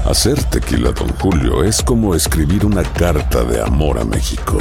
Hacer tequila Don Julio es como escribir una carta de amor a México.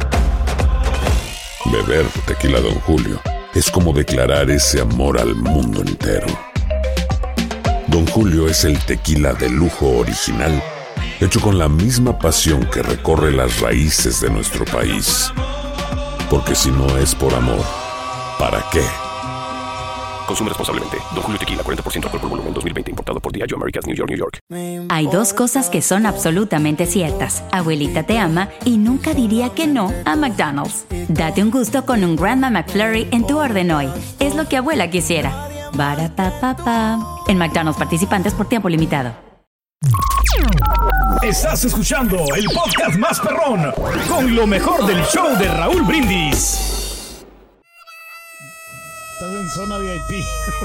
Beber tequila Don Julio es como declarar ese amor al mundo entero. Don Julio es el tequila de lujo original, hecho con la misma pasión que recorre las raíces de nuestro país. Porque si no es por amor, ¿para qué? Consume responsablemente. Don Julio Tequila, 40% alcohol por volumen, 2020. Importado por Diageo Americas, New York, New York. Hay dos cosas que son absolutamente ciertas. Abuelita te ama y nunca diría que no a McDonald's. Date un gusto con un Grandma McFlurry en tu orden hoy. Es lo que abuela quisiera. Barapapapa. En McDonald's participantes por tiempo limitado. Estás escuchando el podcast más perrón con lo mejor del show de Raúl Brindis. Estás en zona VIP.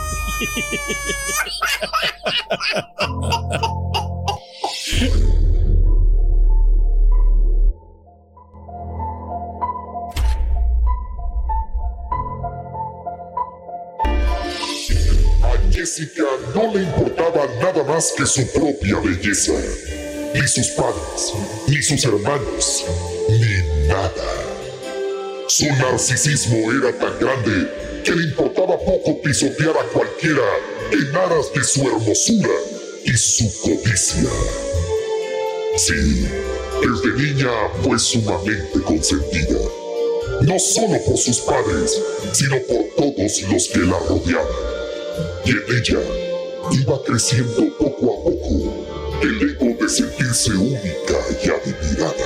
A Jessica no le importaba nada más que su propia belleza. Ni sus padres, ni sus hermanos, ni nada. Su narcisismo era tan grande que le importaba poco pisotear a cualquiera en aras de su hermosura y su codicia. Sí, desde niña fue sumamente consentida, no solo por sus padres, sino por todos los que la rodeaban. Y en ella iba creciendo poco a poco el ego de sentirse única y admirada.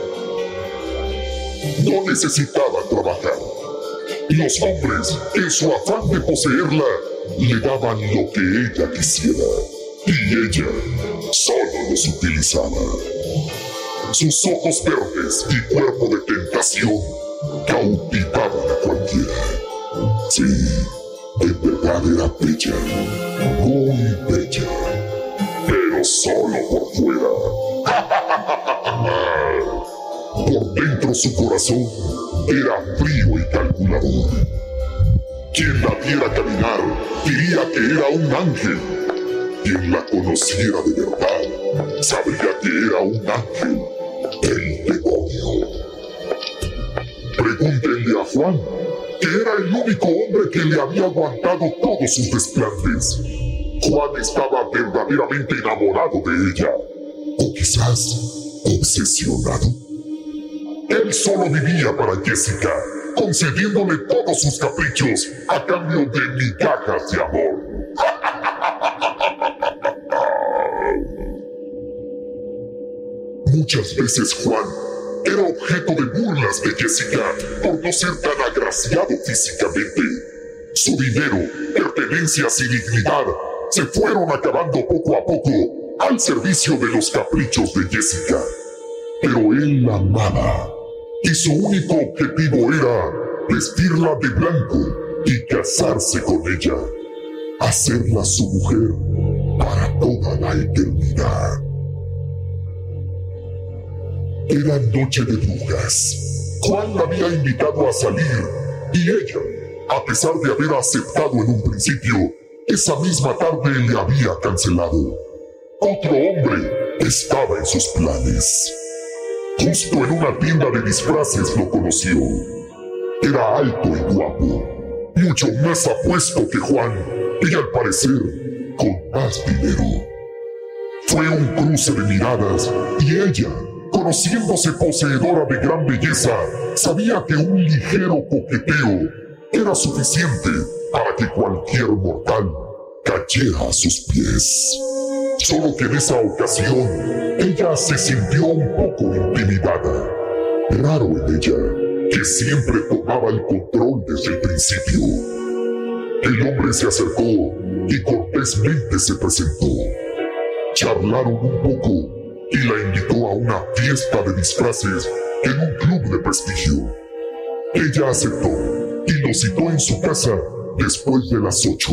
No necesitaba trabajar. Los hombres, en su afán de poseerla, le daban lo que ella quisiera. Y ella solo los utilizaba. Sus ojos verdes y cuerpo de tentación cautivaban a cualquiera. Sí, en verdad era bella, muy bella, pero solo por fuera. Por dentro su corazón era frío y calculador. Quien la viera caminar diría que era un ángel. Quien la conociera de verdad sabría que era un ángel del demonio. Pregúntenle a Juan, que era el único hombre que le había aguantado todos sus desplantes. Juan estaba verdaderamente enamorado de ella, o quizás obsesionado. Él solo vivía para Jessica, concediéndole todos sus caprichos a cambio de migajas de amor. Muchas veces Juan era objeto de burlas de Jessica por no ser tan agraciado físicamente. Su dinero, pertenencias y dignidad se fueron acabando poco a poco al servicio de los caprichos de Jessica. Pero él la amaba y su único objetivo era vestirla de blanco y casarse con ella, hacerla su mujer para toda la eternidad. Era noche de brujas. Juan la había invitado a salir y ella, a pesar de haber aceptado en un principio, esa misma tarde le había cancelado. Otro hombre estaba en sus planes. Justo en una tienda de disfraces lo conoció. Era alto y guapo, mucho más apuesto que Juan y al parecer con más dinero. Fue un cruce de miradas y ella, conociéndose poseedora de gran belleza, sabía que un ligero coqueteo era suficiente para que cualquier mortal cayera a sus pies. Solo que en esa ocasión, ella se sintió un poco intimidada. Raro en ella, que siempre tomaba el control desde el principio. El hombre se acercó y cortésmente se presentó. Charlaron un poco y la invitó a una fiesta de disfraces en un club de prestigio. Ella aceptó y lo citó en su casa después de las 8.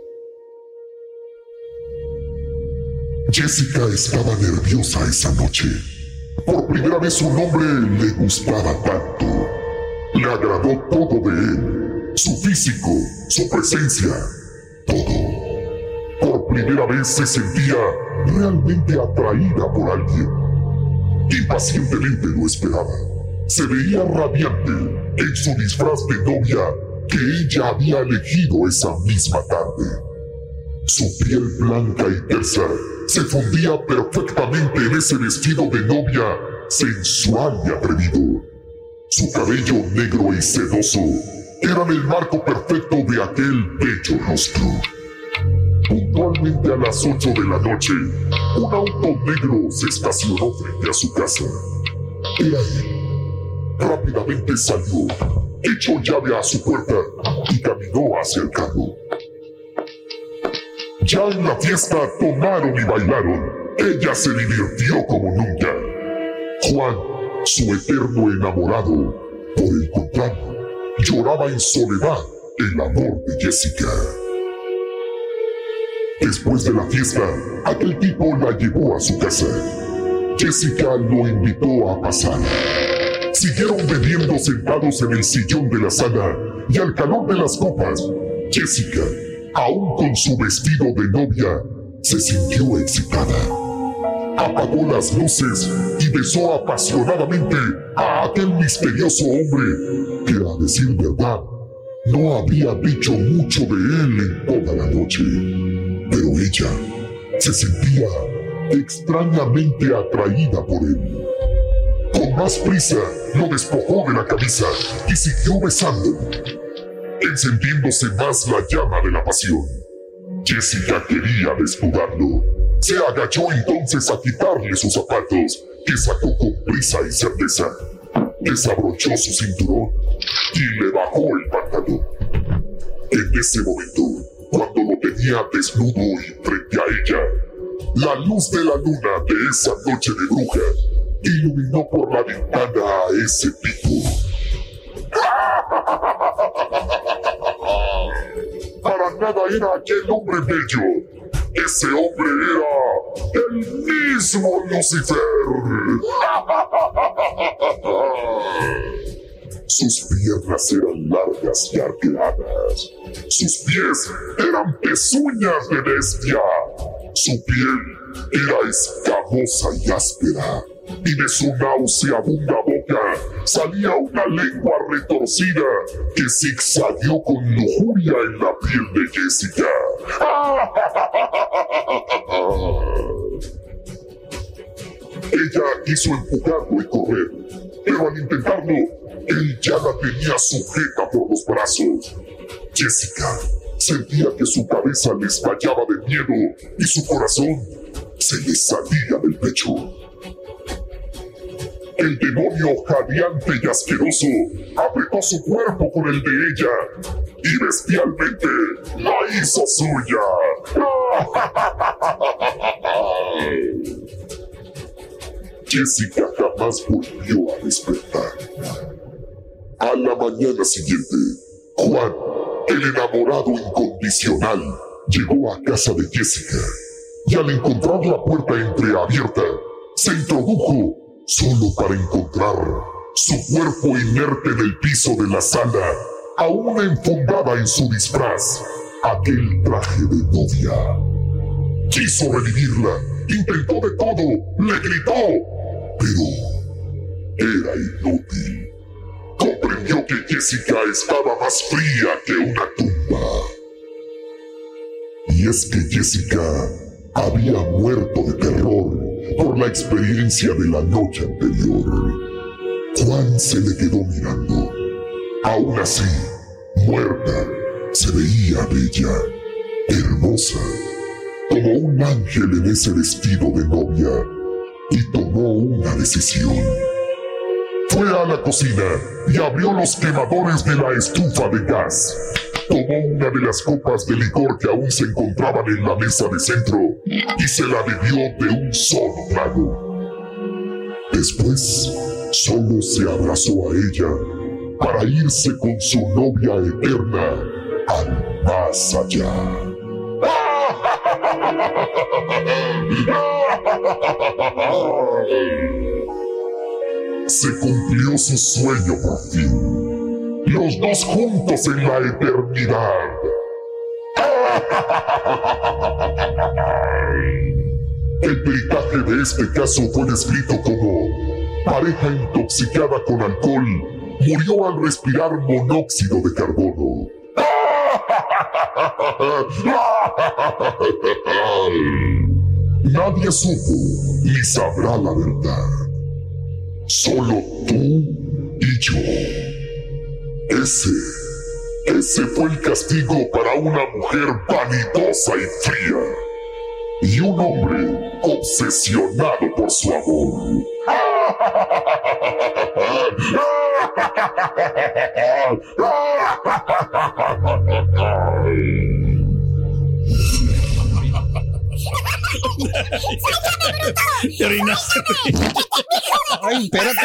Jessica estaba nerviosa esa noche. Por primera vez un hombre le gustaba tanto. Le agradó todo de él, su físico, su presencia, todo. Por primera vez se sentía realmente atraída por alguien. Impacientemente lo esperaba. Se veía radiante en su disfraz de novia que ella había elegido esa misma tarde. Su piel blanca y tersa se fundía perfectamente en ese vestido de novia sensual y atrevido. Su cabello negro y sedoso eran el marco perfecto de aquel bello rostro. Puntualmente a las 8 de la noche, un auto negro se estacionó frente a su casa. Era él. Rápidamente salió, echó llave a su puerta y caminó hacia el carro. Ya en la fiesta tomaron y bailaron. Ella se divirtió como nunca. Juan, su eterno enamorado, por el contrario, lloraba en soledad el amor de Jessica. Después de la fiesta, aquel tipo la llevó a su casa. Jessica lo invitó a pasar. Siguieron bebiendo sentados en el sillón de la sala y al calor de las copas, Jessica, aún con su vestido de novia, se sintió excitada. Apagó las luces y besó apasionadamente a aquel misterioso hombre que, a decir verdad, no había dicho mucho de él en toda la noche. Pero ella se sentía extrañamente atraída por él. Con más prisa, lo despojó de la camisa y siguió besando, encendiéndose más la llama de la pasión. Jessica quería desnudarlo. Se agachó entonces a quitarle sus zapatos, que sacó con prisa y certeza. Desabrochó su cinturón y le bajó el pantalón. En ese momento, cuando lo tenía desnudo y frente a ella, la luz de la luna de esa noche de bruja iluminó por la ventana a ese tipo. Para nada era aquel hombre bello. Ese hombre era el mismo Lucifer. Sus piernas eran largas y arqueadas. Sus pies eran pezuñas de bestia. Su piel era escamosa y áspera. Y de su nauseabunda boca salía una lengua retorcida que zigzagueó con lujuria en la piel de Jessica. Ella quiso empujarlo y correr, pero al intentarlo, él ya la tenía sujeta por los brazos. Jessica sentía que su cabeza le estallaba de miedo y su corazón se le salía del pecho. El demonio jadeante y asqueroso apretó su cuerpo con el de ella y bestialmente la hizo suya. Jessica jamás volvió a despertar. A la mañana siguiente, Juan, el enamorado incondicional, llegó a casa de Jessica y al encontrar la puerta entreabierta, se introdujo solo para encontrar su cuerpo inerte en el piso de la sala, aún enfundada en su disfraz, aquel traje de novia. Quiso revivirla, intentó de todo, le gritó, pero era inútil. Comprendió que Jessica estaba más fría que una tumba. Y es que Jessica había muerto de terror por la experiencia de la noche anterior. Juan se le quedó mirando. Aún así, muerta, se veía bella, hermosa, como un ángel en ese vestido de novia, y tomó una decisión. Fue a la cocina y abrió los quemadores de la estufa de gas. Tomó una de las copas de licor que aún se encontraban en la mesa de centro y se la bebió de un solo trago. Después, solo se abrazó a ella para irse con su novia eterna al más allá. Se cumplió su sueño por fin. Los dos juntos en la eternidad. El peritaje de este caso fue descrito como pareja intoxicada con alcohol murió al respirar monóxido de carbono. Nadie supo ni sabrá la verdad. Solo tú y yo. Ese fue el castigo para una mujer vanidosa y fría. Y un hombre obsesionado por su amor. Te orinaste. Ay, espérate.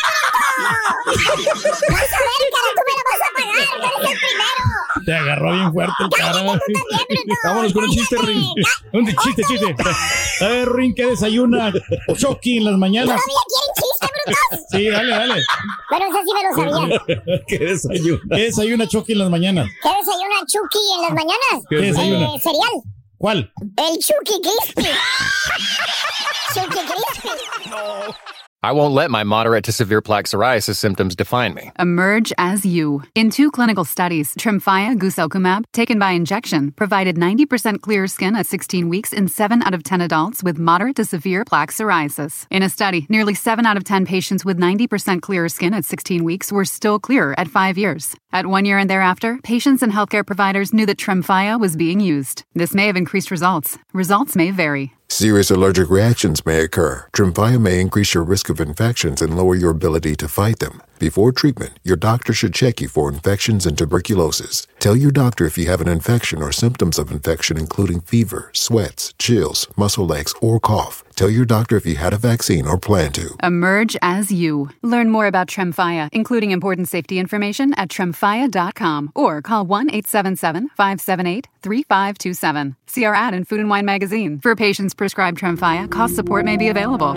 Vas a ver, cara, tú me lo vas a pagar. Tú eres el primero. Te agarró bien fuerte el cara. Vámonos con un chiste, Rin. Un chiste. A ver, Rin, ¿qué desayuna Chucky en las mañanas? ¿Todavía quieren chiste, brutos? Sí, dale. Bueno, eso sí me lo sabía. ¿Qué desayuna Chucky en las mañanas? ¿Qué desayuna Chucky en las mañanas? ¿Qué desayuna? Cereal. ¿Cuál? El Chucky Crispy. Chucky Crispy. I won't let my moderate to severe plaque psoriasis symptoms define me. Emerge as you. In 2 clinical studies, Tremfya guselkumab, taken by injection, provided 90% clearer skin at 16 weeks in 7 out of 10 adults with moderate to severe plaque psoriasis. In a study, nearly 7 out of 10 patients with 90% clearer skin at 16 weeks were still clearer at 5 years. At 1 year and thereafter, patients and healthcare providers knew that Tremfya was being used. This may have increased results. Results may vary. Serious allergic reactions may occur. Tremfya may increase your risk of infections and lower your ability to fight them. Before treatment, your doctor should check you for infections and tuberculosis. Tell your doctor if you have an infection or symptoms of infection, including fever, sweats, chills, muscle aches, or cough. Tell your doctor if you had a vaccine or plan to. Emerge as you. Learn more about Tremfya, including important safety information at tremfya.com or call 1-877-578-3527. See our ad in Food & Wine magazine. For patients prescribed Tremfya, cost support may be available.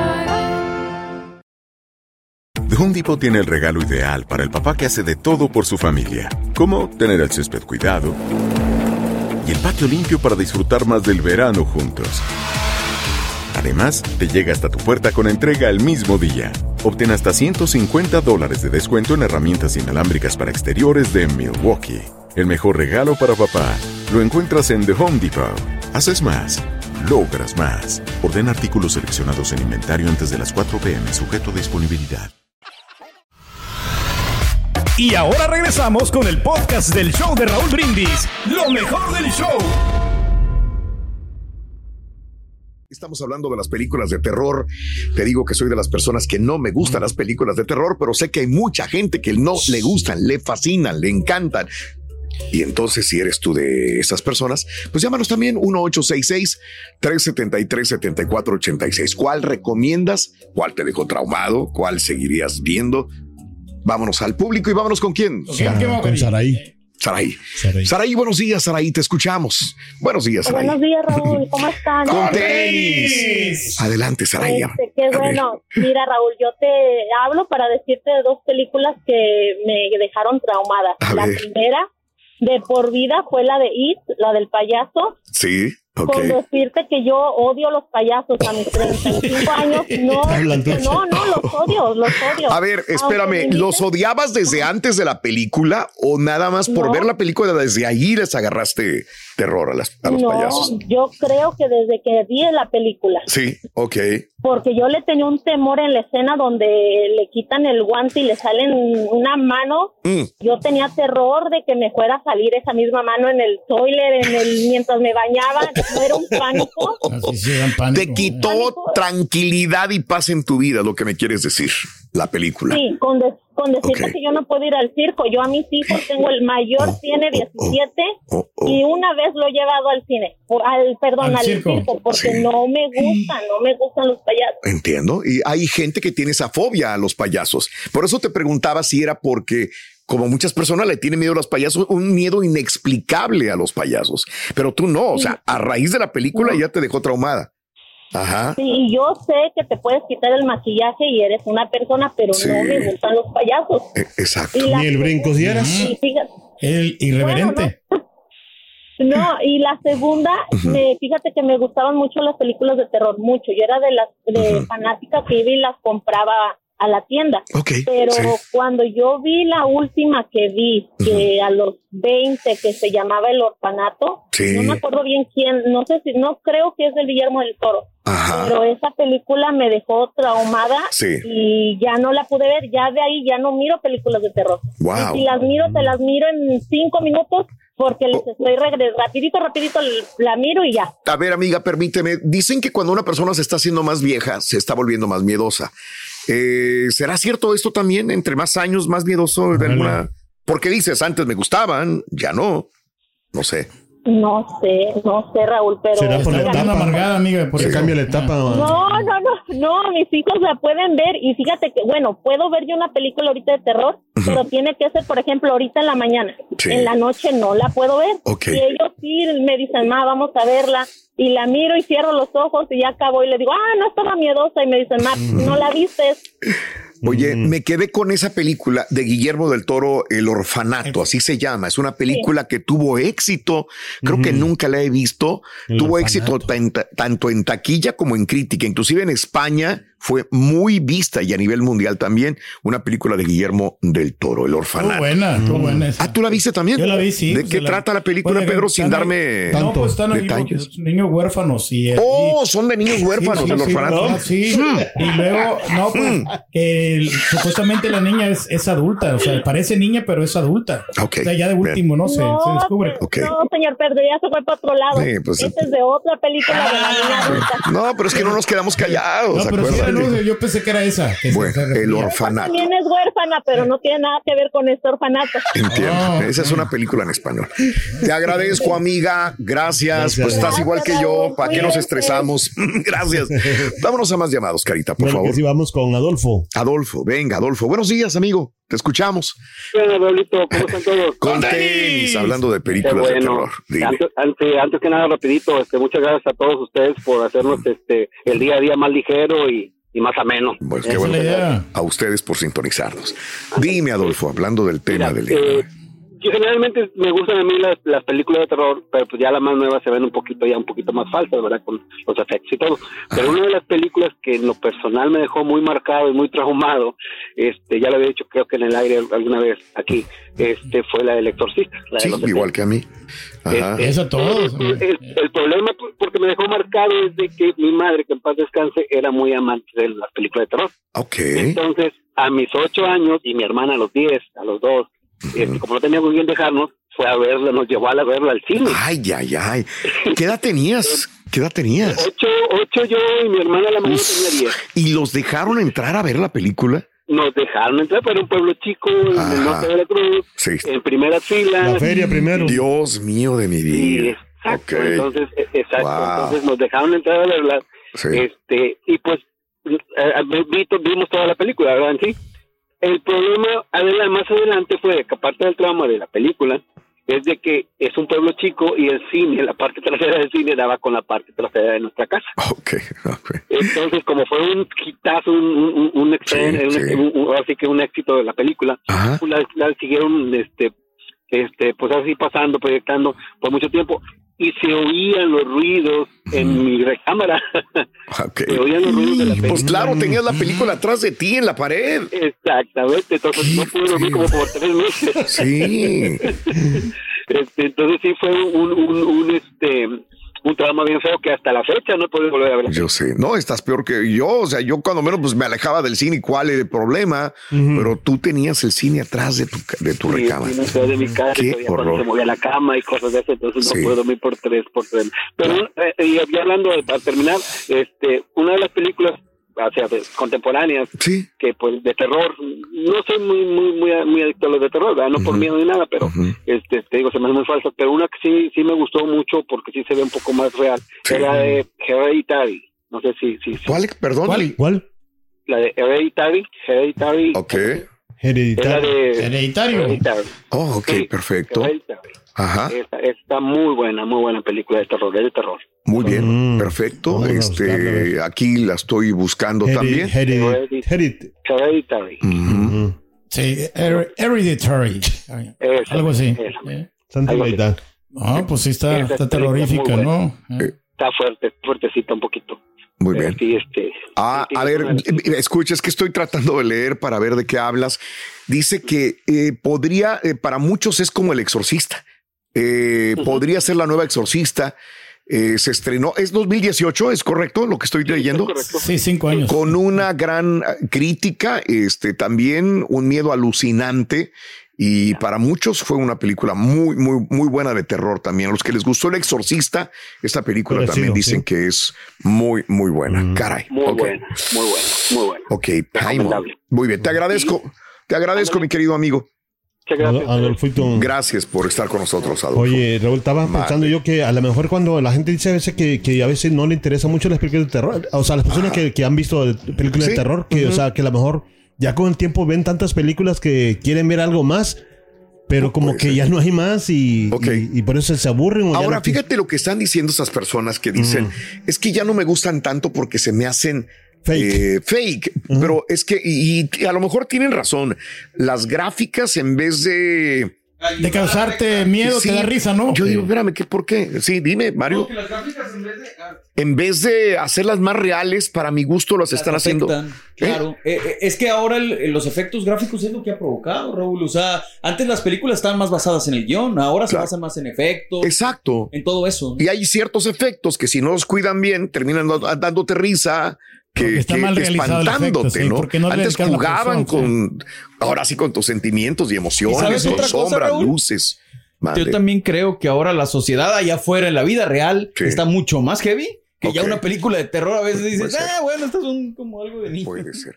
The Home Depot tiene el regalo ideal para el papá que hace de todo por su familia, como tener el césped cuidado y el patio limpio para disfrutar más del verano juntos. Además, te llega hasta tu puerta con entrega el mismo día. Obtén hasta $150 de descuento en herramientas inalámbricas para exteriores de Milwaukee. El mejor regalo para papá lo encuentras en The Home Depot. Haces más, logras más. Ordena artículos seleccionados en inventario antes de las 4 p.m. sujeto a disponibilidad. Y ahora regresamos con el podcast del show de Raúl Brindis. Lo mejor del show. Estamos hablando de las películas de terror. Te digo que soy de las personas que no me gustan las películas de terror, pero sé que hay mucha gente que no le gustan, le fascinan, le encantan. Y entonces, si eres tú de esas personas, pues llámanos también 1-866-373-7486. ¿Cuál recomiendas? ¿Cuál te dejó traumado? ¿Cuál seguirías viendo? Vámonos al público y vámonos con quién. Con Saraí. Saraí, buenos días, Saraí, te escuchamos. Buenos días, Saraí. Buenos días, Raúl, ¿cómo están? ¡Con tenis! Adelante, Saraí. Qué bueno. Mira, Raúl, yo te hablo para decirte de 2 películas que me dejaron traumada. La primera, de por vida, fue la de It, la del payaso. Sí. Okay. Con decirte que yo odio los payasos a mis 35 años. No, los odio. A ver, espérame, ¿los odiabas desde antes de la película o nada más por ver la película desde ahí les agarraste terror a los payasos? No, yo creo que desde que vi la película. Sí, ok. Porque yo le tenía un temor en la escena donde le quitan el guante y le salen una mano. Yo tenía terror de que me fuera a salir esa misma mano en el toilet, mientras me bañaba. No era un pánico. Te quitó tranquilidad y paz en tu vida, lo que me quieres decir, la película. Sí, con decirte que yo no puedo ir al circo. Yo a mis hijos tengo, el mayor tiene 17 y una vez lo he llevado al cine, al circo, porque no me gustan los payasos. Entiendo, y hay gente que tiene esa fobia a los payasos. Por eso te preguntaba si era porque, como muchas personas le tienen miedo a los payasos, un miedo inexplicable a los payasos. Pero tú no, o sea, a raíz de la película ya te dejó traumada. Ajá. Sí, yo sé que te puedes quitar el maquillaje y eres una persona, pero no me gustan los payasos. Exacto. Y el brinco si eras. El irreverente. No, y la segunda, fíjate que me gustaban mucho las películas de terror, mucho. Yo era de las fanáticas que iba y las compraba a la tienda. Pero cuando yo vi la última que vi, que a los 20, que se llamaba El Orfanato, no me acuerdo bien quién, no creo que es de Guillermo del Toro. Pero esa película me dejó traumada y ya no la pude ver. Ya de ahí ya no miro películas de terror. Y si las miro, te las miro en 5 minutos porque les estoy rapidito la miro y ya. A ver, amiga, permíteme. Dicen que cuando una persona se está haciendo más vieja, se está volviendo más miedosa. ¿Será cierto esto también? Entre más años, más miedoso de alguna... Porque dices, antes me gustaban, ya no. No sé. No sé, Raúl, pero... ¿Será por la etapa amargada, amiga? Por se cambia la etapa. No, mis hijos la pueden ver y fíjate que, bueno, puedo ver yo una película ahorita de terror, pero tiene que ser, por ejemplo, ahorita en la mañana. En la noche no la puedo ver. Y ellos sí me dicen, vamos a verla. Y la miro y cierro los ojos y ya acabo y le digo, no estaba miedosa. Y me dicen, no la vistes. Oye, me quedé con esa película de Guillermo del Toro, El Orfanato, así se llama. Es una película que tuvo éxito. Creo que nunca la he visto. Tuvo éxito tanto en taquilla como en crítica. Inclusive en España fue muy vista y a nivel mundial también. Una película de Guillermo del Toro, El Orfanato. Estuvo buena esa. ¿Tú la viste también? Yo la vi, sí. ¿De qué trata la película, Pedro, sin darme detalles? Niños huérfanos. Son de niños huérfanos, El Orfanato. Y luego, supuestamente la niña es adulta, o sea, parece niña, pero es adulta. O sea, ya de último, se descubre. No, señor Pedro, ya se fue para otro lado. Este es de otra película de la niña adulta. No, pero es que no nos quedamos callados. No, pero yo pensé que era esa. Bueno, El Orfanato. También es huérfana, pero no tiene nada que ver con este orfanato. Entiendo. Esa es una película en español. Te agradezco, amiga. Gracias. Pues estás igual que yo. ¿Para qué nos estresamos? Gracias. Vámonos a más llamados, Carita, por favor. Sí, vamos con Adolfo. Venga, Adolfo. Buenos días, amigo. Te escuchamos. Hola, Raulito. ¿Cómo están todos? Con tenis. Hablando de películas de terror. Antes que nada, rapidito, muchas gracias a todos ustedes por hacernos el día a día más ligero y más ameno. Pues qué bueno. A ustedes por sintonizarnos. Dime, Adolfo, hablando del tema del día. Yo generalmente me gustan a mí las películas de terror, pero pues ya las más nuevas se ven un poquito más falsas, ¿verdad? Con los efectos y todo. Pero una de las películas que en lo personal me dejó muy marcado y muy traumado, ya lo había dicho creo que en el aire alguna vez aquí, fue la del Exorcista. Igual que a mí. Eso todos. El problema, porque me dejó marcado, es de que mi madre, que en paz descanse, era muy amante de las películas de terror. Entonces, a mis 8 años y mi hermana a los 10, a los 2, como no tenía muy bien dejarnos, fue a verla, nos llevó a verla al cine. Ay. ¿Qué edad tenías? 8 yo y mi hermana la mayor tenía 10. ¿Y los dejaron entrar a ver la película? Nos dejaron entrar, pero un pueblo chico, en el norte de Veracruz, en primera fila. La feria primero. Dios mío de mi vida. Exacto, entonces nos dejaron entrar a verla. Y pues vimos toda la película, ¿verdad? Sí. El problema más adelante fue que aparte del trauma de la película, es de que es un pueblo chico y el cine, la parte trasera del cine daba con la parte trasera de nuestra casa. Entonces, como fue un hitazo, así que un éxito de la película, pues la siguieron pues así pasando, proyectando por mucho tiempo. Y se oían los ruidos en mi recámara. Se oían los ruidos de la película. Pues claro, tenías la película atrás de ti en la pared. Exactamente, entonces no pude dormir como por 3 meses. Sí. Entonces sí fue un trauma bien feo que hasta la fecha no puedo volver a ver. Yo sé, no, estás peor que yo, o sea, yo cuando menos pues me alejaba del cine, ¿cuál es el problema? Pero tú tenías el cine atrás de tu recámara. Sí, de mi casa, qué horror. Se movía la cama y cosas de eso, entonces no puedo dormir por 3. Pero y hablando para terminar, una de las películas contemporáneas que pues de terror, no soy muy adicto a los de terror, ¿verdad? No por miedo ni nada, pero te digo, se me hace muy falso, pero una que sí me gustó mucho porque sí se ve un poco más real, era de Hereditary. No sé si ¿Cuál? Perdón. ¿Cuál? La de Hereditary. Hereditario. Oh, ok, perfecto. Ajá. Está muy buena película de terror, es de terror. Muy bien, perfecto. Aquí la estoy buscando también. Hereditary. Sí, Hereditary. Algo así. Santa Rita. Ah, pues sí está terrorífica, ¿no? Está fuertecita un poquito. Muy bien. Sí, a ver, escucha, es que estoy tratando de leer para ver de qué hablas. Dice que podría, para muchos es como El Exorcista. Podría ser la nueva Exorcista. Se estrenó, es 2018, ¿es correcto lo que estoy leyendo? Sí, 5 años. Con una gran crítica, también un miedo alucinante. Y para muchos fue una película muy, muy, muy buena de terror también. A los que les gustó El Exorcista, esta película también dicen que es muy, muy buena. Caray. Muy buena. Ok, Jaime. Muy bien, te agradezco, mi querido amigo. Adolfito. Gracias por estar con nosotros, Adolfo. Oye, Raúl, estaba pensando yo que a lo mejor cuando la gente dice a veces que a veces no le interesan mucho las películas de terror, o sea, las personas que han visto películas de terror, que, o sea, que a lo mejor ya con el tiempo ven tantas películas que quieren ver algo más, pero como que ya no hay más y por eso se aburren. Ahora, fíjate lo que están diciendo esas personas que dicen, es que ya no me gustan tanto porque se me hacen fake. Pero es que, y a lo mejor tienen razón, las gráficas en vez de causarte miedo, te da risa, ¿no? Yo digo, espérame, ¿por qué? Sí, dime, Mario. Porque las gráficas en vez de hacerlas más reales, para mi gusto las están haciendo. Claro, es que ahora los efectos gráficos es lo que ha provocado, Raúl. O sea, antes las películas estaban más basadas en el guión, ahora se basan más en efectos. Exacto. En todo eso. Y hay ciertos efectos que si no los cuidan bien, terminan dándote risa. Que espantándote, efecto, ¿no? Antes jugaban ahora sí con tus sentimientos y emociones, con sombras, luces. Yo también creo que ahora la sociedad allá afuera en la vida real está mucho más heavy que ya una película de terror. A veces dices, bueno, estas son como algo de niño. Puede ser.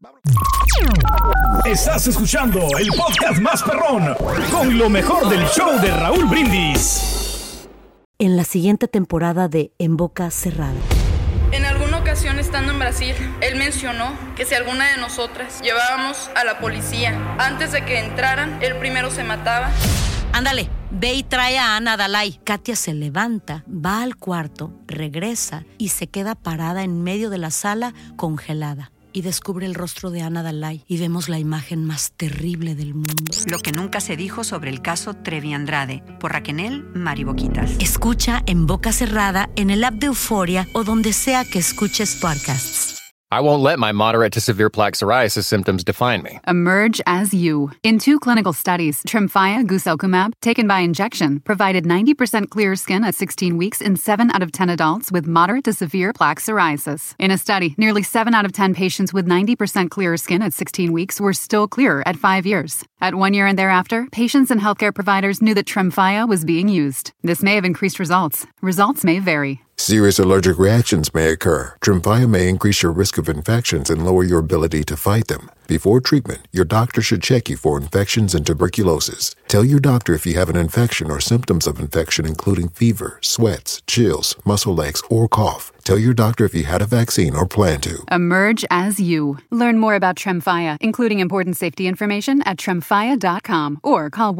Estás escuchando el podcast más perrón con lo mejor del show de Raúl Brindis. En la siguiente temporada de En Boca Cerrada. En alguna ocasión estando en Brasil, él mencionó que si alguna de nosotras llevábamos a la policía antes de que entraran, él primero se mataba. Ándale, ve y trae a Ana Dalai. Katia se levanta, va al cuarto, regresa y se queda parada en medio de la sala congelada. Y descubre el rostro de Ana Dalai y vemos la imagen más terrible del mundo. Lo que nunca se dijo sobre el caso Trevi Andrade, por Raquel Mariboquitas. Escucha En Boca Cerrada en el app de Euforia o donde sea que escuches podcasts. I won't let my moderate to severe plaque psoriasis symptoms define me. Emerge as you. In 2 clinical studies, Tremfya guselkumab, taken by injection, provided 90% clearer skin at 16 weeks in 7 out of 10 adults with moderate to severe plaque psoriasis. In a study, nearly 7 out of 10 patients with 90% clearer skin at 16 weeks were still clearer at 5 years. At 1 year and thereafter, patients and healthcare providers knew that Tremfya was being used. This may have increased results. Results may vary. Serious allergic reactions may occur. Tremfya may increase your risk of infections and lower your ability to fight them. Before treatment, your doctor should check you for infections and tuberculosis. Tell your doctor if you have an infection or symptoms of infection, including fever, sweats, chills, muscle aches, or cough. Tell your doctor if you had a vaccine or plan to. Emerge as you. Learn more about Tremfya, including important safety information at tremfya.com or call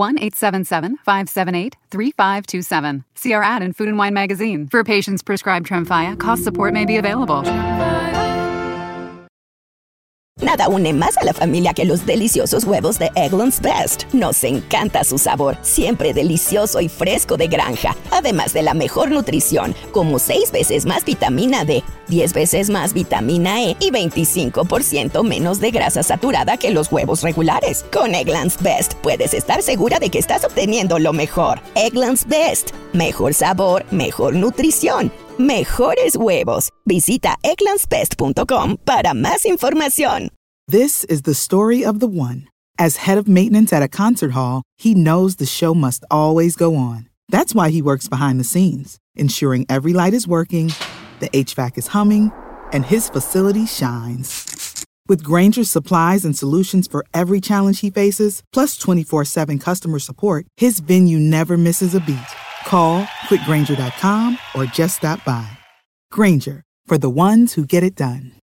1-877-578-3527. See our ad in Food and Wine magazine. For patients prescribed Tremfya, cost support may be available. Nada une más a la familia que los deliciosos huevos de Eggland's Best. Nos encanta su sabor, siempre delicioso y fresco de granja. Además de la mejor nutrición, como 6 veces más vitamina D, 10 veces más vitamina E y 25% menos de grasa saturada que los huevos regulares. Con Eggland's Best puedes estar segura de que estás obteniendo lo mejor. Eggland's Best. Mejor sabor, mejor nutrición. Mejores huevos. Visita egglandsbest.com para más información. This is the story of the one. As head of maintenance at a concert hall, he knows the show must always go on. That's why he works behind the scenes, ensuring every light is working, the HVAC is humming, and his facility shines. With Grainger's supplies and solutions for every challenge he faces, plus 24/7 customer support, his venue never misses a beat. Call quickgrainger.com or just stop by. Grainger, for the ones who get it done.